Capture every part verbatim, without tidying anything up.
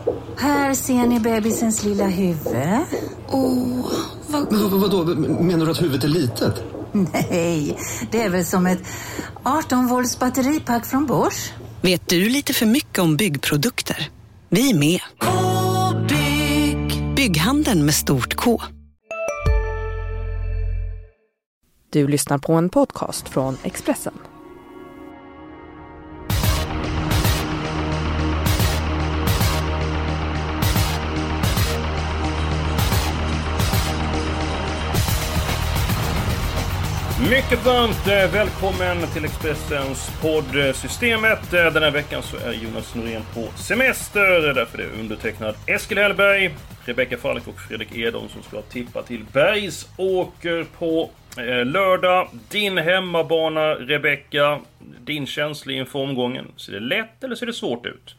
Här ser ni bebisens lilla huvud. Åh, oh, vad... Men vad, vadå? Menar du att huvudet är litet? Nej, det är väl som ett arton volts batteripack från Bosch. Vet du lite för mycket om byggprodukter? Vi är med. K-bygg. Bygghandeln med stort K. Du lyssnar på en podcast från Expressen. Mycket varmt välkommen till Expressens poddsystemet. Den här veckan så är Jonas Norén på semester. Därför är det undertecknad Eskil Hellberg, Rebecka Falk och Fredrik Edholm som ska tippa till Bergsåker på lördag. Din hemmabana, Rebecka. Din känsla inför omgången. Ser det lätt eller ser det svårt ut?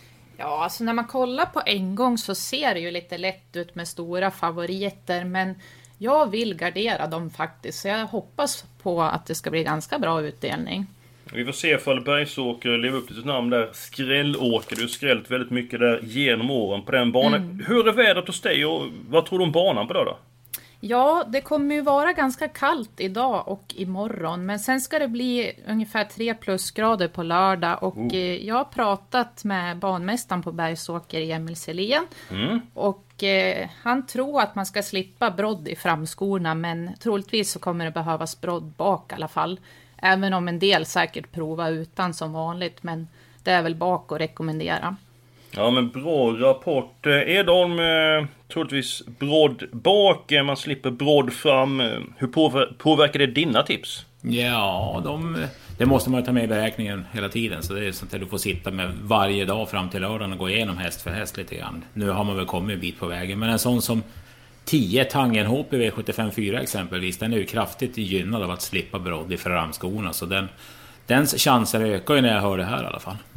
Ja, alltså när man kollar på en gång så ser det ju lite lätt ut med stora favoriter. Men jag vill gardera dem faktiskt. Så jag hoppas på att det ska bli ganska bra utdelning. Vi får se ifall Bergsåker lever upp till sitt namn där. Skrällåker. Du har skrällt väldigt mycket där genom åren på den banan. Mm. Hur är vädret hos dig och vad tror du om banan på det då? Ja, det kommer ju vara ganska kallt idag och imorgon. Men sen ska det bli ungefär tre plusgrader på lördag. Och oh. jag har pratat med banmästaren på Bergsåker, Emil Selén. Mm. Och eh, han tror att man ska slippa brodd i framskorna. Men troligtvis så kommer det behövas brodd bak i alla fall. Även om en del säkert provar utan som vanligt. Men det är väl bak att rekommendera. Ja, men bra rapport. Edholm, eh, troligtvis brodd bak, man slipper brodd fram. Hur påver- påverkar det dina tips? Ja, de, det måste man ta med i beräkningen hela tiden. Så det är sånt att du får sitta med varje dag fram till lördagen och gå igenom häst för häst lite grann. Nu har man väl kommit en bit på vägen. Men en sån som tio Tangenhop i V sjuttiofem fyra exempelvis, den är ju kraftigt gynnad av att slippa brodd i framskorna. Så den, dens chanser ökar ju när jag hör det här i alla fall.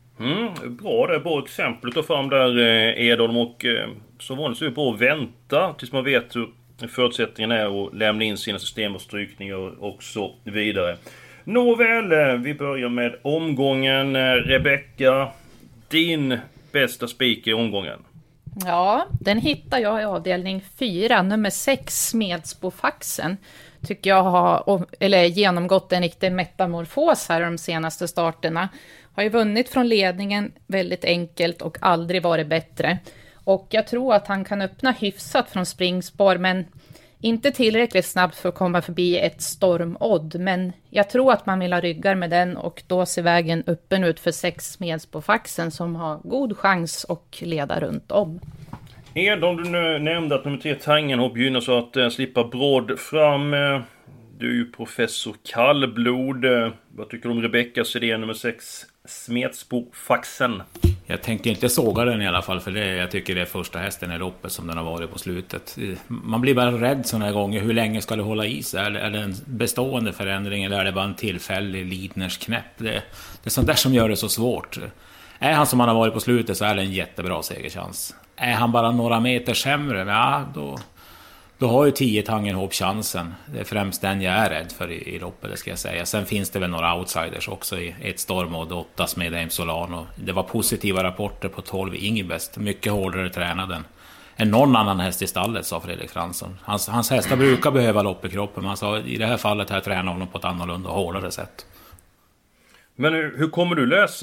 Mm, bra, det är bra exempel att ta fram där eh, Edholm och eh, så vanligt så är det bra att vänta tills man vet hur förutsättningen är att lämna in sina system och strykningar och så vidare. Nåväl, eh, vi börjar med omgången. eh, Rebecka, din bästa spik i omgången? Ja, den hittar jag i avdelning fyra, nummer sex, Smedsbofaxen. Tycker jag har eller genomgått en riktig metamorfos här de senaste starterna. Har ju vunnit från ledningen väldigt enkelt och aldrig varit bättre. Och jag tror att han kan öppna hyfsat från springspår, men inte tillräckligt snabbt för att komma förbi ett stormodd. Men jag tror att man vill ha ryggar med den och då ser vägen öppen ut för sex Smedsbofaxen som har god chans och leda runt om. Edholm, du nu nämnde att nummer tre Tangenhop gynnar så att äh, slippa brodd fram. Du är ju professor kallblod. Vad tycker du om Rebeckas idé nummer sex Smedsbofaxen? Jag tänkte inte såga den i alla fall, för det, jag tycker det är första hästen i loppet som den har varit på slutet. Man blir bara rädd sådana här gånger. Hur länge ska det hålla i sig? Är det, är det en bestående förändring eller är det bara en tillfällig Lidners knäpp? Det, det är sånt där som gör det så svårt. Är han som han har varit på slutet så är det en jättebra segerchans. Är han bara några meter sämre, ja, då, då har ju tio Tangenhop chansen. Det är främst den jag är rädd för i, i loppet, det ska jag säga. Sen finns det väl några outsiders också i ett storm och åtta med Aim Solano. Det var positiva rapporter på tolv Ingebest. Mycket hårdare tränad än, än någon annan häst i stallet, sa Fredrik Fransson. Hans, hans hästar brukar behöva lopp i kroppen, men han sa i det här fallet här tränar honom på ett annorlunda och hårdare sätt. Men hur, hur kommer du lösa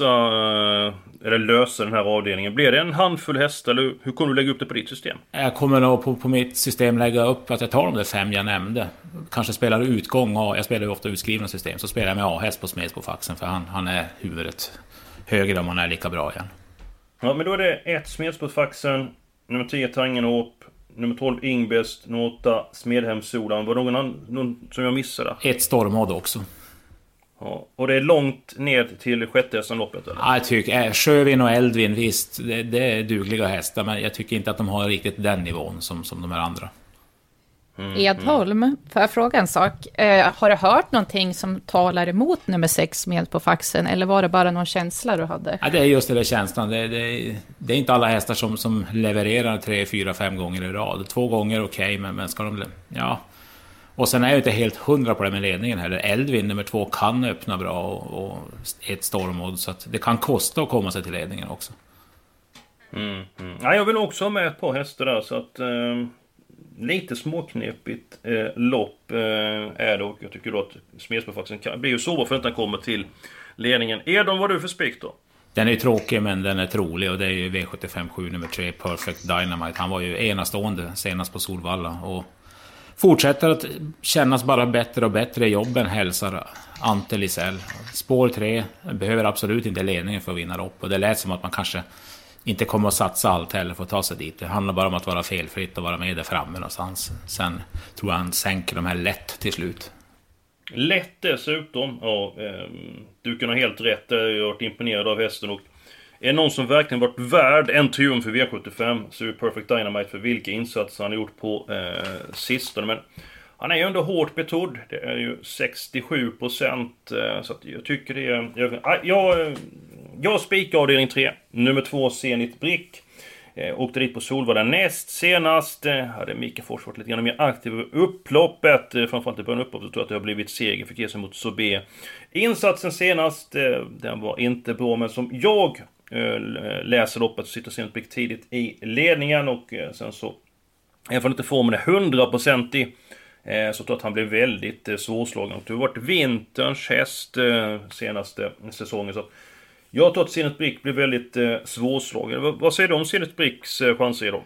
eller lösa den här avdelningen? Blir det en handfull hästar eller hur kommer du lägga upp det på ditt system? Jag kommer nog på, på mitt system lägga upp att jag tar de där fem jag nämnde. Kanske spelar utgång, och jag spelar ju ofta utskrivna system, så spelar jag med A-häst på Smedsbofaxen för han, han är huvudet högre om han är lika bra igen. Ja, men då är det ett Smedsbofaxen, nummer tio Tangenhop, nummer tolv Ingbest, nummer åtta Smedhemssolan. Var det någon, annan, någon som jag missade? Ett stormod också. Ja, och det är långt ned till sjätte hästen loppet, eller? Ja, jag tycker Sjövin och Eldvin, visst, det, det är dugliga hästar, men jag tycker inte att de har riktigt den nivån som, som de här andra. Mm, Edholm, mm. får jag fråga en sak? Eh, har du hört någonting som talar emot nummer sex med på faxen, eller var det bara någon känsla du hade? Ja, det är just det där känslan. Det, det, det är inte alla hästar som, som levererar tre, fyra, fem gånger i rad. Två gånger okej, okay, men, men ska de... Ja... Och sen är jag inte helt hundra på det med ledningen heller. Eldvin nummer två kan öppna bra och, och ett stormod, så att det kan kosta att komma sig till ledningen också. Mm, mm. Ja, jag vill också ha med ett par hästar där, så att eh, lite småknepigt eh, lopp eh, är det, och jag tycker då att Smedsbofaxen kan blir ju så bra för att den kommer till ledningen. Edon, vad är du för spik då? Den är ju tråkig, men den är trolig, och det är ju V sjuttiofem sju nummer tre Perfect Dynamite. Han var ju enastående senast på Solvalla och fortsätter att kännas bara bättre och bättre i jobben, hälsar Ante Lisell. Spår tre behöver absolut inte ledningen för att vinna upp, och det lät som att man kanske inte kommer att satsa allt heller för att ta sig dit. Det handlar bara om att vara felfritt och vara med där framme någonstans. Sen tror jag han sänker de här lätt till slut. Lätt dessutom. Ja, eh, du kan ha helt rätt. Jag har varit imponerad av hästen, och är någon som verkligen varit värd en triumf för V sjuttiofem så är Perfect Dynamite, för vilka insatser han har gjort på eh, sistone. Men han är ju ändå hårt betrodd. Det är ju sextiosju procent, eh, så att jag tycker det är... Jag, jag, jag spikar avdelning tre. Nummer två, Zenit Brick. Eh, åkte dit på Solvalla näst senast. Eh, hade Mika Fors varit lite grann mer aktiv i upploppet. Eh, framförallt i början upploppet så tror jag att det har blivit seger för Kesen mot Sobé. Insatsen senast, eh, den var inte bra, men som jag eh, läser loppet så sitter Zenit Brick tidigt i ledningen, och eh, sen så även om inte formen är hundraprocentig eh, så tror jag att han blev väldigt eh, svårslagen. Och det har varit vinterns häst eh, senaste säsongen, så jag tror att Zenit Brick blir väldigt eh, svårslagen. V- vad säger du om Zenit Bricks eh, chanser idag?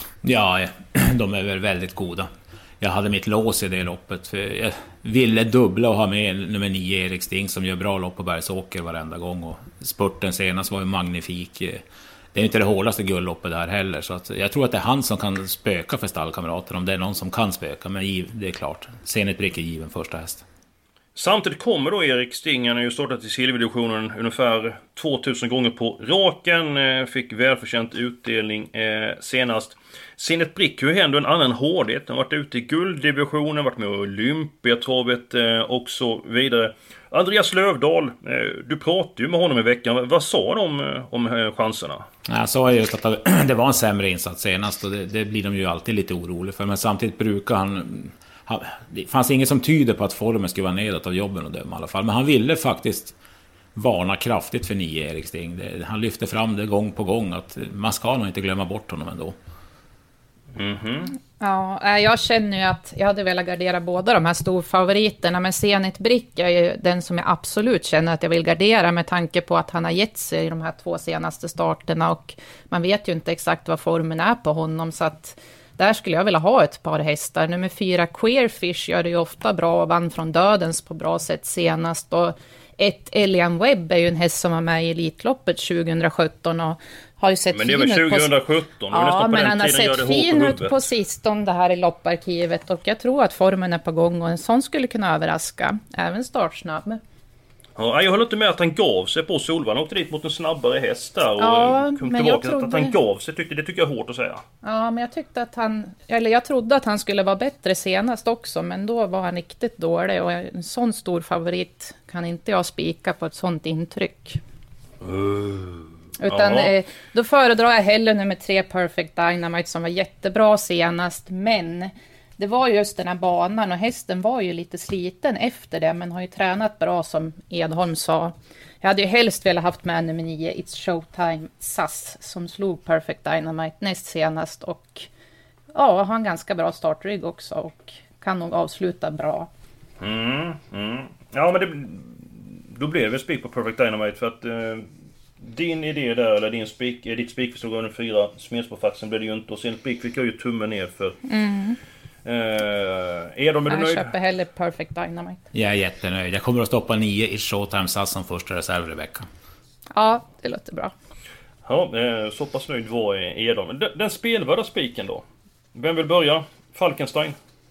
Ja, de är väl väldigt goda. Jag hade mitt lås i det loppet, för jag ville dubbla och ha med nummer nio Erik Sting som gör bra lopp på Bergsåker varenda gång, och spurten senast var ju magnifik. Det är inte det hårdaste guldloppet där heller, så att jag tror att det är han som kan spöka för stallkamrater, om det är någon som kan spöka, men det är klart, Zenit Brick är given första häst. Samtidigt kommer då Erik Sting, han har ju startat i silverdivisionen ungefär tvåtusen gånger på raken, eh, fick välförtjänt utdelning eh, senast. Zenit Brick har ju ändå en annan hårdhet, han har varit ute i gulddivisionen, varit med i Olympiatravet eh, och så vidare. Andreas Lövdahl, eh, du pratade ju med honom i veckan, vad sa han om, om eh, chanserna? Jag sa just att det var en sämre insats senast, och det, det blir de ju alltid lite oroliga för, men samtidigt brukar han... Det fanns inget som tyder på att formen skulle vara nedåt av jobben och döma i alla fall. Men han ville faktiskt varna kraftigt för nio Erik Sting. Det, han lyfte fram det gång på gång att man ska nog inte glömma bort honom ändå. Mm-hmm. Ja, jag känner ju att jag hade velat gardera båda de här storfavoriterna, men Zenit Brick är ju den som jag absolut känner att jag vill gardera med tanke på att han har gett sig i de här två senaste starterna, och man vet ju inte exakt vad formen är på honom, så att där skulle jag vilja ha ett par hästar. Nummer fyra, Queerfish, gör det ju ofta bra och vann från dödens på bra sätt senast. Och ett Elian Webb är ju en häst som var med i Elitloppet tjugohundrasjutton och har ju sett men det var tjugohundrasjutton. På... Ja, men han har sett fin ut på sistone det här i lopparkivet, och jag tror att formen är på gång, och en sån skulle kunna överraska. Även startsnabb. Ja, jag håller inte med att han gav sig på Solvalla. Han åkte dit mot en snabbare häst där och ja, kom men tillbaka. trodde... Att han gav sig, tyckte, det tycker jag är hårt att säga. Ja, men jag tyckte att han... Eller jag trodde att han skulle vara bättre senast också, men då var han riktigt dålig. Och en sån stor favorit kan inte jag spika på ett sånt intryck. Uh, Utan eh, då föredrar jag hellre nummer tre Perfect Dynamite som var jättebra senast, men... Det var just den här banan, och hästen var ju lite sliten efter det, men har ju tränat bra som Edholm sa. Jag hade ju helst velat haft med nummer nio It's Showtime S A S som slog Perfect Dynamite näst senast, och ja, har en ganska bra startrygg också och kan nog avsluta bra. Mm, mm. Ja, men det, då blev det spik på Perfect Dynamite för att eh, din idé där, eller din spik, ditt spikförslag av den fyra Smedsbofaxen blev det ju inte, och sen spik fick jag ju tummen ner för. Mm. Uh, är de är du jag nöjd? köper hellre Perfect Dynamite. Jag är jättenöjd. Jag kommer att stoppa nio i Showtime S A S som första reserv i veckan. Ja, det låter bra. Ja, uh, så pass nöjd var är de. Den, den spelvärda spiken då? Vem vill börja? Falkenstein?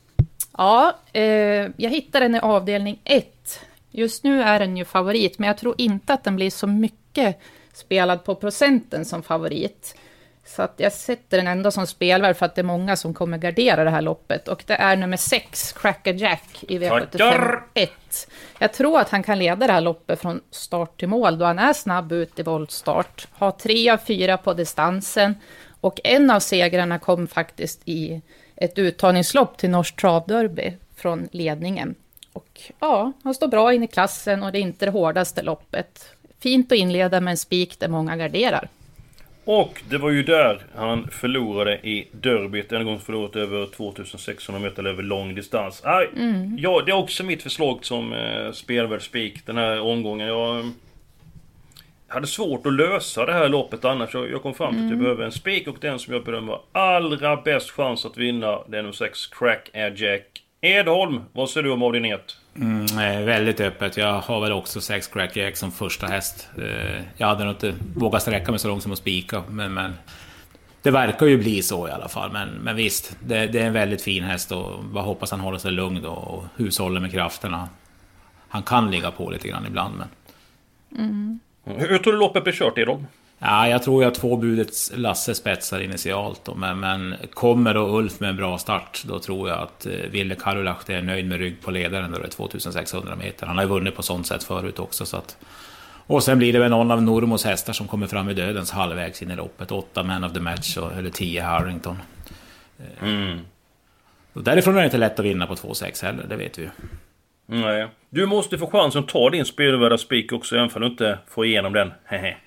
Ja, eh, jag hittade den i avdelning ett. Just nu är den ju favorit, men jag tror inte att den blir så mycket spelad på procenten som favorit. Så att jag sätter den ändå som spelvärd för att det är många som kommer gardera det här loppet. Och det är nummer sex, Cracker Jack i V sjuttiofem ett. Jag tror att han kan leda det här loppet från start till mål då han är snabb ut i voltstart. Har tre av fyra på distansen. Och en av segrarna kom faktiskt i ett uttagningslopp till Norsk Travderby från ledningen. Och ja, han står bra in i klassen och det är inte det hårdaste loppet. Fint att inleda med en spik där många garderar. Och det var ju där han förlorade i derbyt. En gång förlorat över tjugosexhundra meter över lång distans. Aj, mm. ja, det är också mitt förslag som eh, spelvärldsspik den här omgången. Jag hade svårt att lösa det här loppet annars. Jag, jag kom fram till mm. att jag behöver en spik, och den som jag bedömer allra bäst chans att vinna, det är nummer sex, Crack Air Jack. Edholm, vad säger du om avdelninget? Mm, väldigt öppet. Jag har väl också sex Crack Jack som första häst. Jag hade nog inte vågat sträcka mig så långt som att spika, men, men det verkar ju bli så i alla fall. Men, men visst, det, det är en väldigt fin häst, och bara hoppas han håller sig lugn då, och hushåller med krafterna. Han kan ligga på lite grann ibland, men... Mm. Hur tror du loppet blir kört, Edholm? Ja, jag tror jag två budets Lasse spetsar initialt då, men, men kommer då Ulf med en bra start, då tror jag att eh, Ville Karolach är nöjd med rygg på ledaren då det är tjugosexhundra meter. Han har ju vunnit på sånt sätt förut också, så att... Och sen blir det väl någon av Normos hästar som kommer fram i dödens halvvägs in i loppet. Åtta man of the match och, eller tio Harrington. Mm. Och därifrån är det inte lätt att vinna på två sex heller, det vet vi ju. Nej. Du måste få chansen att ta din spelvärda spik också, även om du inte får igenom den. Hehe.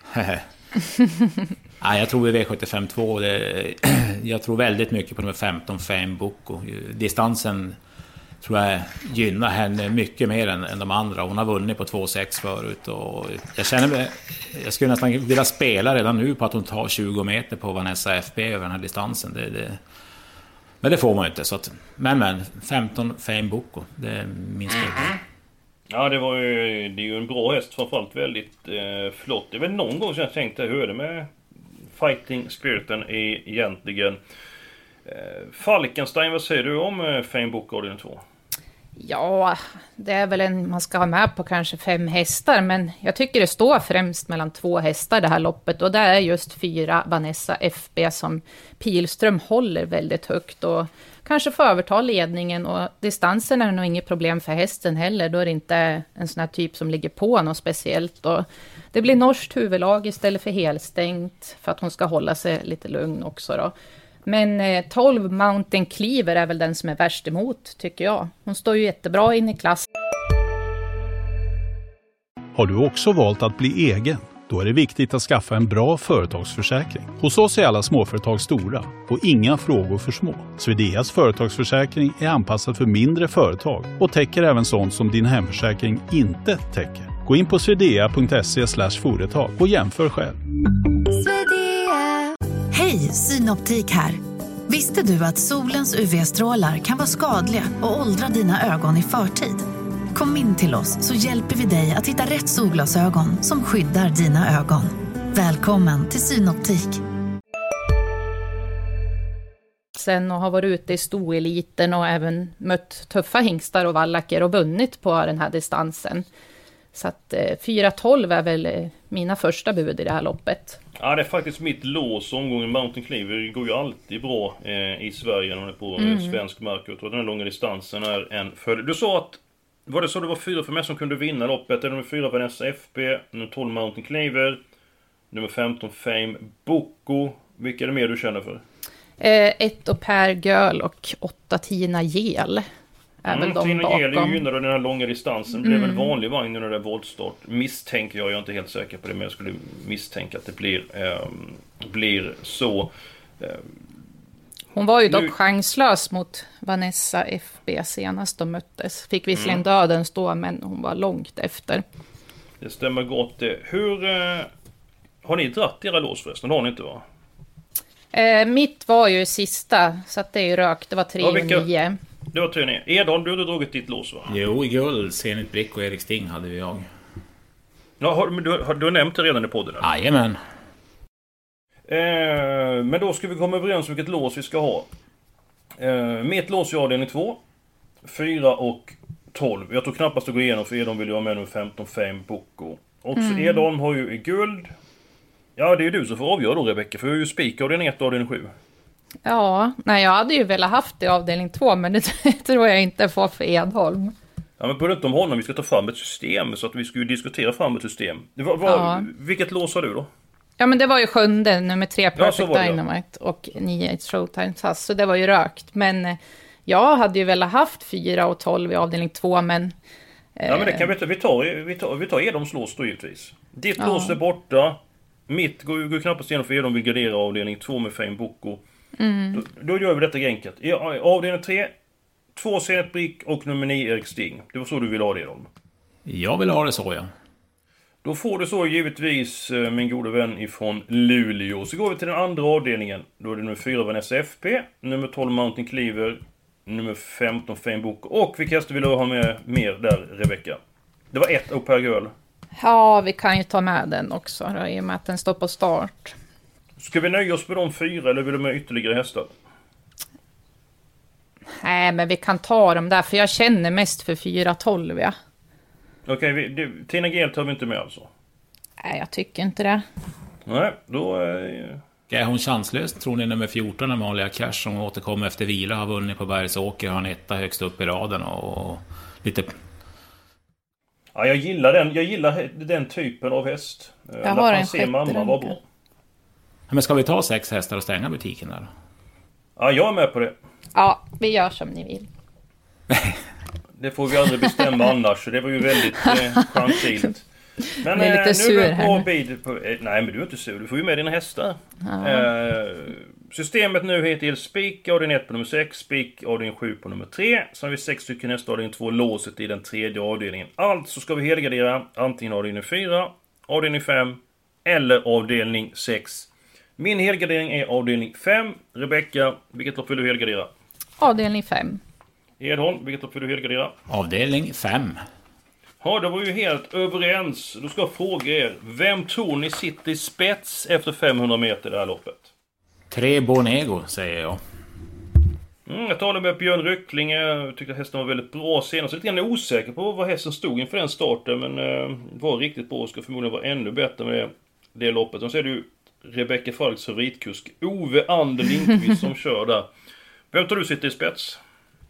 Ja, jag tror i V sjuttiofem två. Det, jag tror väldigt mycket på nummer femton, Fame Boko. Distansen tror jag gynnar henne mycket mer än, än de andra. Hon har vunnit på två sex förut. Och jag känner mig, jag skulle nästan vilja spela redan nu på att hon tar tjugo meter på Vanessa F B över den här distansen. Det, det, men det får man inte. Så att, men men, femton Fame Boko, det är min spel. Ja, det var ju, det är ju en bra häst, framförallt väldigt eh, flott. Det är väl någon gång som jag tänkte, hur är det med fighting spiriten är egentligen? Eh, Falkenstein, vad säger du om eh, Fame Boko avdelning två? Ja, det är väl en, man ska ha med på kanske fem hästar, men jag tycker det står främst mellan två hästar det här loppet, och det är just fyra Vanessa F B som Pilström håller väldigt högt och kanske får överta ledningen, och distansen är nog inget problem för hästen heller, då är det inte en sån här typ som ligger på något speciellt, och det blir norskt huvudlag istället för helstängt för att hon ska hålla sig lite lugn också då. Men eh, tolv Mountain Cleaver är väl den som är värst emot, tycker jag. Hon står ju jättebra in i klass. Har du också valt att bli egen? Då är det viktigt att skaffa en bra företagsförsäkring. Hos oss är alla småföretag stora och inga frågor för små. Swedeas företagsförsäkring är anpassad för mindre företag och täcker även sånt som din hemförsäkring inte täcker. Gå in på swedea punkt se slash företag och jämför själv. Hej, Synoptik här. Visste du att solens U V-strålar kan vara skadliga och åldra dina ögon i förtid? Kom in till oss så hjälper vi dig att hitta rätt solglasögon som skyddar dina ögon. Välkommen till Synoptik. Sen och har varit ute i stoeliten och även mött tuffa hingstar och vallacker och vunnit på den här distansen. Så att eh, fyra tolv är väl eh, mina första bud i det här loppet. Ja, det är faktiskt mitt lås. Omgången Mountain Cleaver går ju alltid bra eh, i Sverige när man är på mm. eh, svensk mark. Jag tror den här långa distansen är en följd. Du sa att, var det så det var fyra för mig som kunde vinna loppet? Det är nummer fyra Vanessa F B, nummer tolv Mountain Cleaver, nummer femton Fame Boko. Vilka är det mer du känner för? Eh, ett och Per Göl och åtta Tina Gel. Är mm, väl de Tina bakom. Gel är ju gynnad av den här långa distansen. Det Mm. blev väl vanlig vagn när det är voltstart. Misstänker jag, jag är inte helt säker på det, men jag skulle misstänka att det blir, eh, blir så. Eh, Hon var ju dock nu... chanslös mot Vanessa F B senast de möttes. Fick visserligen mm. döden stå, men hon var långt efter. Det stämmer gott. Hur eh, har ni dratt era lås förresten? Det har ni inte, va? Eh, mitt var ju sista, så att det är ju rökt. Det var tre ja, vilka... nio. Det var tre nio. Edholm, du hade dragit ditt lås, va? Jo, i guld. Zenit Brick och Erik Sting hade ju jag. Ja, har, men du, har, du har nämnt det redan i podden? Jajamän. Eh, men då ska vi komma överens om vilket lås vi ska ha. Eh, mitt lås är avdelning två. fyra och tolv. Jag tror knappast att gå igenom, för Edholm vill ju ha med nummer femton Fame Boko. Också mm. Edholm har ju i guld. Ja, det är ju du som får avgöra då, Rebecka, för jag är ju spik avdelning ett och avdelning sju. Ja, nej, jag hade ju velat haft det i avdelning två, men det tror jag inte får för Edholm. Ja, men börja inte om honom, vi ska ta fram ett system, så att vi ska ju diskutera fram ett system. Det var, var, ja. Vilket lås har du då? Ja, men det var ju sjunde, nummer tre Perfect ja, Dynamite och nio Showtime Tass, så det var ju rökt. Men jag hade ju velat haft fyra och tolv i avdelning två, men... Ja, men det kan vi ta, vi tar, vi tar, vi tar Edholms lås då givetvis. Ditt ja. lås är borta. Mitt går ju knappast igenom för er de vill gardera avdelning två med Fame Boko. Mm. Då, då gör vi detta enkelt. I avdelning tre, två Zenit Brick och nummer nio Erik Sting. Det var så du vill ha det då? Jag vill ha det så, ja. Då får du så givetvis min gode vän ifrån Luleå. Så går vi till den andra avdelningen. Då är det nummer fyra Vanessa F P, nummer tolv Mountain Cleaver, nummer femton Fame Boko. Och vilka hästar vill du ha med mer där, Rebecca? Det var ett Au Pair Girl. Ja, vi kan ju ta med den också då, i och med att den står på start. Ska vi nöja oss med de fyra eller vill du med ytterligare hästar? Nej, men vi kan ta dem där, för jag känner mest för fyra tolv, ja. Okej, okay, Tina Gel tar vi inte med alltså? Nej, jag tycker inte det. Nej, då är... Är hon chanslös, tror ni, nummer fjorton, Amalia Cash, som återkommer efter vila, har vunnit på Bergsåker, har en etta högst upp i raden och lite... Ja, jag gillar den, jag gillar den typen av häst. Jag har en sjätte mamma var bra. Men ska vi ta sex hästar och stänga butiken där? Ja, jag är med på det. Ja, vi gör som ni vill. Det får vi aldrig bestämma annars, så det var ju väldigt eh, chansilt. Men jag är lite eh, sur nu är här. På bid på, eh, nej, men du är inte sur. Du får ju med dina hästar. Eh, systemet nu heter Spik, avdelning ett på nummer sex, Spik, avdelning sju på nummer tre. Så har vi sex stycken hästar, avdelning två, låset i den tredje avdelningen. Alltså ska vi helgardera antingen avdelning fyra, avdelning fem eller avdelning sex. Min helgardering är avdelning fem. Rebecca, vilket lopp vill du helgardera? Avdelning fem. Edholm, vilket lopp vill du helgardera? Avdelning fem. Ja, det var ju helt överens. Då ska jag fråga er, vem tror ni sitter i spets efter femhundra meter det här loppet? Tre Bonego, säger jag. Mm, jag talade med Björn Röckling. Jag tyckte att hästen var väldigt bra senast. Jag är lite osäker på vad hästen stod inför den starten, men eh, var riktigt bra och ska förmodligen vara ännu bättre med det loppet. Och så är det ju Rebecca Falks favoritkusk Ove Ander Lindqvist som kör där. Vem tror du sitter i spets?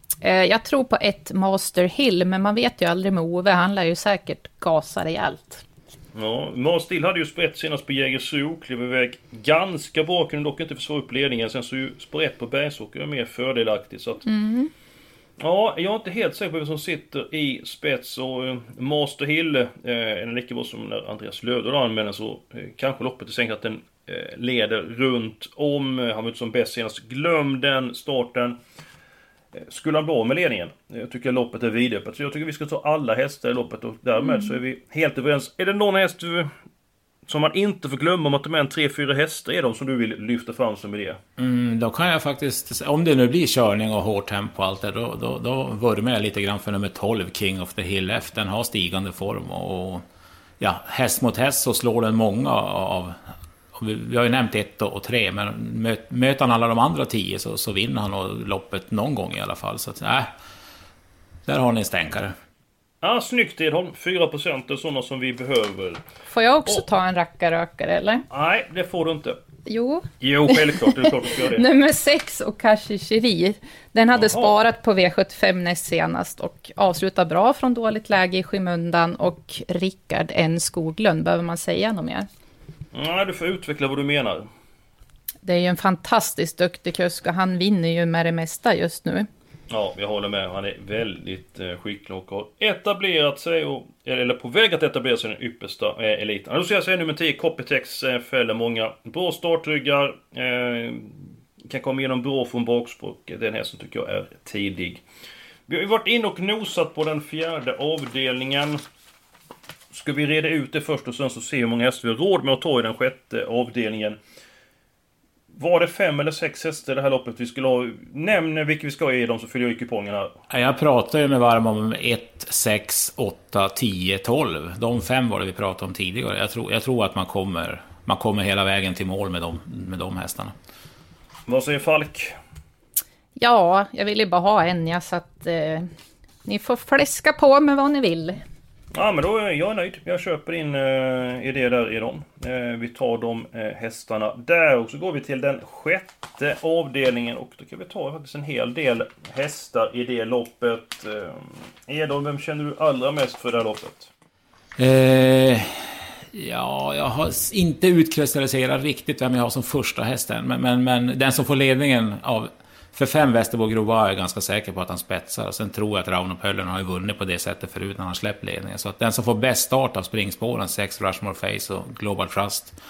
Jag tror på ett Master Hill, men man vet ju aldrig med Ove. Han lär ju säkert gasa rejält. Ja, Master Hill hade ju sprätt senast på Jägersro, klev iväg ganska bra, kunde dock inte försvara upp ledningen. Sen så ju sprätt på Bergsåker är mer fördelaktigt. Så att, mm. Ja, jag är inte helt säker på vem som sitter i spets. Och eh, Master Hill eh, är den lika bra som när Andreas Löfdahl använder, så eh, kanske loppet är sänkt att den eh, leder runt om. Han var inte som bäst senast. Glöm den starten. Skulle han bra med ledningen? Jag tycker loppet är vidöppet. Så jag tycker vi ska ta alla hästar i loppet. Och därmed mm. så är vi helt överens. Är det någon häst som man inte får glömma om att de är en tre fyra hästar är de som du vill lyfta fram som idé? Mm, då kan jag faktiskt, om det nu blir körning och hårt tempo och allt det, då, då, då vurmar jag lite grann för nummer tolv, King of the Hill F. Den har stigande form och ja, häst mot häst så slår den många av... Vi har ju nämnt ett och tre, men möter han alla de andra tio så, så vinner han och loppet någon gång i alla fall. Så att, nej, där har ni en stänkare. Ja, snyggt Edholm. fyra procent är sådana som vi behöver. Får jag också och, ta en rackarökare, eller? Nej, det får du inte. Jo. Jo, självklart. Det är klart du ska göra det. Nummer sex och Kashishiri. Den hade Aha. sparat på V sjuttiofem näst senast och avslutar bra från dåligt läge i skymundan. Och Rickard N. Skoglund, behöver man säga något mer? Nej, du får utveckla vad du menar. Det är ju en fantastiskt duktig kusk och han vinner ju med det mesta just nu. Ja, jag håller med. Han är väldigt eh, skicklig och har etablerat sig, och, eller på väg att etablera sig i den yppersta eh, eliten. Då ska jag säga nummer tio, Copytex, eh, fäller många bra startryggar. Eh, kan komma igenom bra från bakspråk. Den här som tycker jag är tidig. Vi har ju varit in och nosat på den fjärde avdelningen. Ska vi reda ut det först och sen så se hur många hästar vi har råd med att ta i den sjätte avdelningen. Var det fem eller sex hästar det här loppet vi skulle ha? Nämn vilka vi ska ha i dem så fyller jag i kupongen här. Jag pratade ju med varm om ett, sex, åtta, tio, tolv. De fem var det vi pratade om tidigare. Jag tror, jag tror att man kommer, man kommer hela vägen till mål med de, med de hästarna. Vad säger Falk? Ja, jag vill ju bara ha en, ja, så att eh, ni får fläska på med vad ni vill. Ja, men då är jag nöjd. Jag köper in eh, idé där i dem. Eh, vi tar de eh, hästarna där och så går vi till den sjätte avdelningen. Och då kan vi ta faktiskt en hel del hästar i det loppet. Eh, Edholm, vem känner du allra mest för det här loppet? Eh, ja, jag har inte utkristalliserat riktigt vem jag har som första hästen. Men, men, men den som får ledningen av... För fem Västerbo Grova är jag ganska säker på att han spetsar. Sen tror jag att Rauno Pöllen har ju vunnit på det sättet förut när han släppt ledningen. Så att den som får bäst start av springspåren, sex Rushmore Face och Global Trust,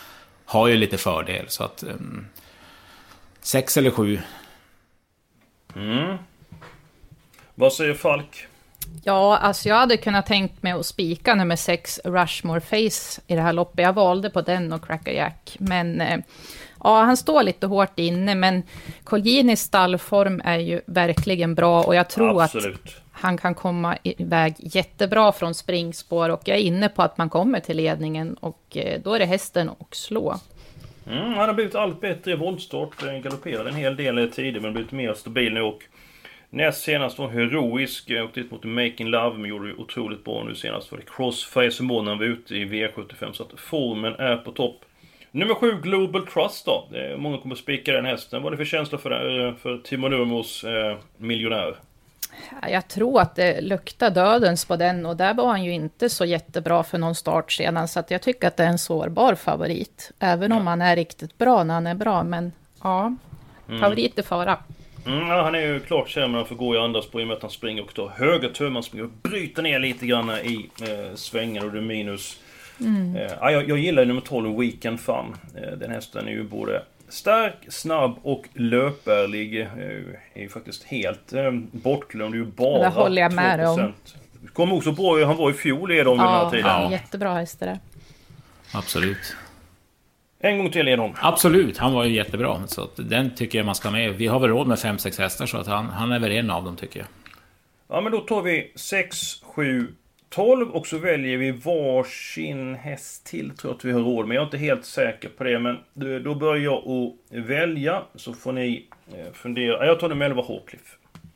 har ju lite fördel. Så att um, sex eller sju. Mm. Vad säger Falk? Ja, alltså jag hade kunnat tänkt mig att spika nummer sex Rushmore Face i det här loppet. Jag valde på den och Cracker Jack. Men eh, ja, han står lite hårt inne. Men Colginis stallform är ju verkligen bra. Och jag tror Absolut. att han kan komma iväg jättebra från springspår. Och jag är inne på att man kommer till ledningen. Och eh, då är det hästen att slå. Mm, han har blivit allt bättre i voltstart. Galopperade en hel del tidigare men blivit mer stabil nu. Och näst senast var heroisk och dit mot Making Love, men gjorde ju otroligt bra nu senast. Var det Crossfire som var när han var ute i V sjuttiofem, så att formen är på topp. Nummer sju, Global Trust då. Många kommer att spika den hästen. Vad är det för känsla för, för Timo Nurmos eh, miljonär? Jag tror att det luktar dödens på den, och där var han ju inte så jättebra för någon start sedan, så att jag tycker att det är en sårbar favorit. Även om han är riktigt bra när han är bra, men ja, favorit är fara. Mm, ja, han är ju klart känd, men han får gå i andra spår i och med att han springer och tar höger töm. Han springer och bryter ner lite grann i eh, svängen och det är minus. Mm. Eh, ja, jag, jag gillar nummer tolv, Weekend Fun. Eh, den hästen är ju både stark, snabb och löpärlig. Eh, är ju faktiskt helt eh, bortglömd. Det är ju bara det håller jag med om. Kom också bra, han var i fjol i dem vid ja, den här tiden. Ja, jättebra häst det. Absolut. En gång till Edholm. Absolut, han var ju jättebra. Så att den tycker jag man ska med. Vi har väl råd med fem sex hästar, så att han, han är väl en av dem tycker jag. Ja, men då tar vi sex, sju, tolv och så väljer vi varsin häst till. Tror jag att vi har råd med. Jag är inte helt säker på det, men då börjar jag att välja. Så får ni fundera. Jag tar det med elva Hawcliffe.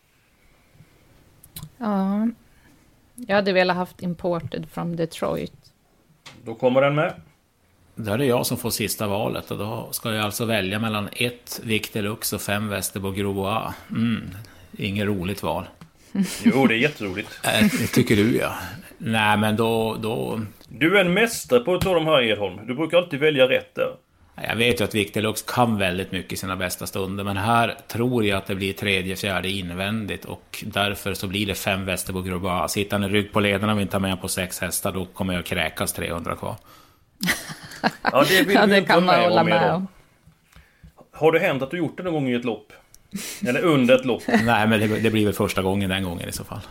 Ja, jag hade velat haft Imported from Detroit. Då kommer den med. Då är det jag som får sista valet, och då ska jag alltså välja mellan ett Victelux och fem Västerbo Grobois. Mm, inget roligt val. Jo, det är jätteroligt. äh, tycker du, ja. Nej, men då, då... Du är en mästare på att ta de här, Edholm. Du brukar alltid välja rätt där. Jag vet ju att Victelux kan väldigt mycket i sina bästa stunder, men här tror jag att det blir tredje, fjärde invändigt, och därför så blir det fem Västerbo Grobois. Sitter han i rygg på ledarna och vi inte har med på sex hästar, då kommer jag kräkas trehundra kvar. Ja, det, vill ja, det kan man hålla med, med om. Har det hänt att du gjort det någon gång i ett lopp? Eller under ett lopp? Nej, men det, det blir väl första gången den gången i så fall.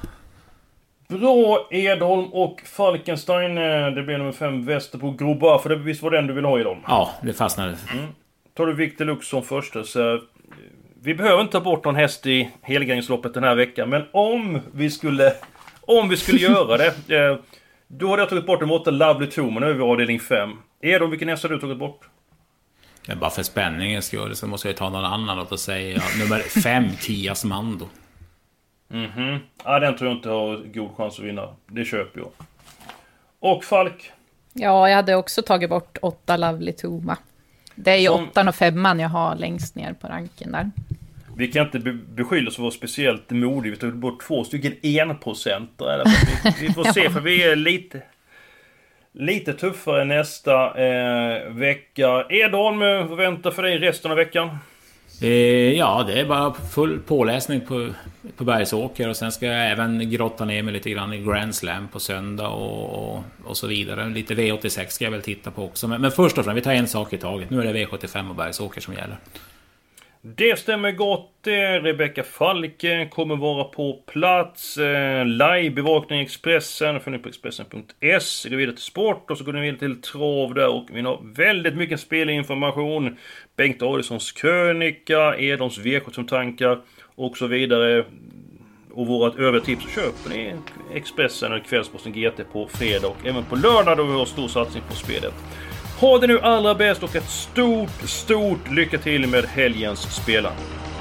Bra, Edholm och Falkenstein. Det blir nummer fem Västerbo Grobois, för det visst var den du vill ha i dem. Ja, det fastnade. Mm. Tar du Victelux som första, så vi behöver inte ta bort någon häst i helgrängsloppet den här veckan, men om vi skulle om vi skulle göra det, då hade jag tagit bort nummer åtta Lovely Toman över avdelning fem. Edholm, vilken häst har du tagit bort? Ja, bara för spänningens skull så måste jag ta någon annan, och då säger jag nummer fem Tias Mando. Mhm. Ja, den tror jag inte har god chans att vinna. Det köper jag. Och Falk? Ja, jag hade också tagit bort åtta Lovely Toma. Det är ju Som... åttan och femman jag har längst ner på ranken där. Vi kan inte be- beskylla oss för att vara speciellt modig. Vi tog bort två stycken en procent. Vi, vi får se, för vi är lite lite tuffare nästa eh, vecka. Edholm, vad väntar för dig resten av veckan? Eh, ja, det är bara full påläsning på, på Bergsåker, och sen ska jag även grotta ner mig lite grann i Grand Slam på söndag och, och, och så vidare. Lite V åttiosex ska jag väl titta på också. Men, men först och främst, vi tar en sak i taget. Nu är det V sjuttiofem och Bergsåker som gäller. Det stämmer gott. Rebecka Falke kommer vara på plats. Live-bevakning i Expressen. Får ni på Expressen punkt se. Går vidare till sport och så går ni vidare till trav där. Och vi har väldigt mycket spelinformation. Bengt Adelsons krönika, Edholms V sjuttiofem-tankar och så vidare. Och vårat övriga tips, så köper ni Expressen eller Kvällsposten G T på fredag och även på lördag då vi har stor satsning på spelet. Ha det nu allra bäst och ett stort, stort lycka till med helgens spelande.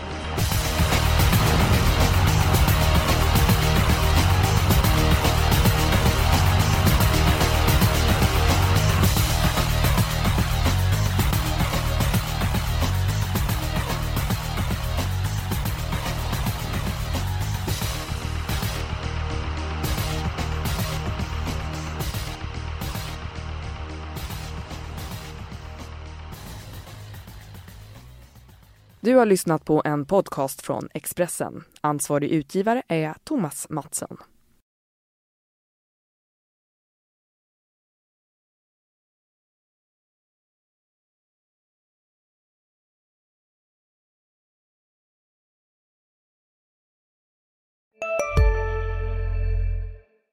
Du har lyssnat på en podcast från Expressen. Ansvarig utgivare är Thomas Mattsson.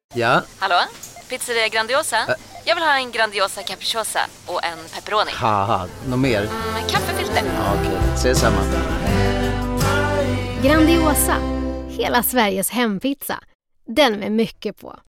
Ja? Hallå? Pizzeria Grandiosa? Ä Jag vill ha en Grandiosa capriciosa och en pepperoni. Haha, något mer? Mm, kaffefilter. Ja, okej, okay. Ses samma. Grandiosa, hela Sveriges hempizza. Den med mycket på.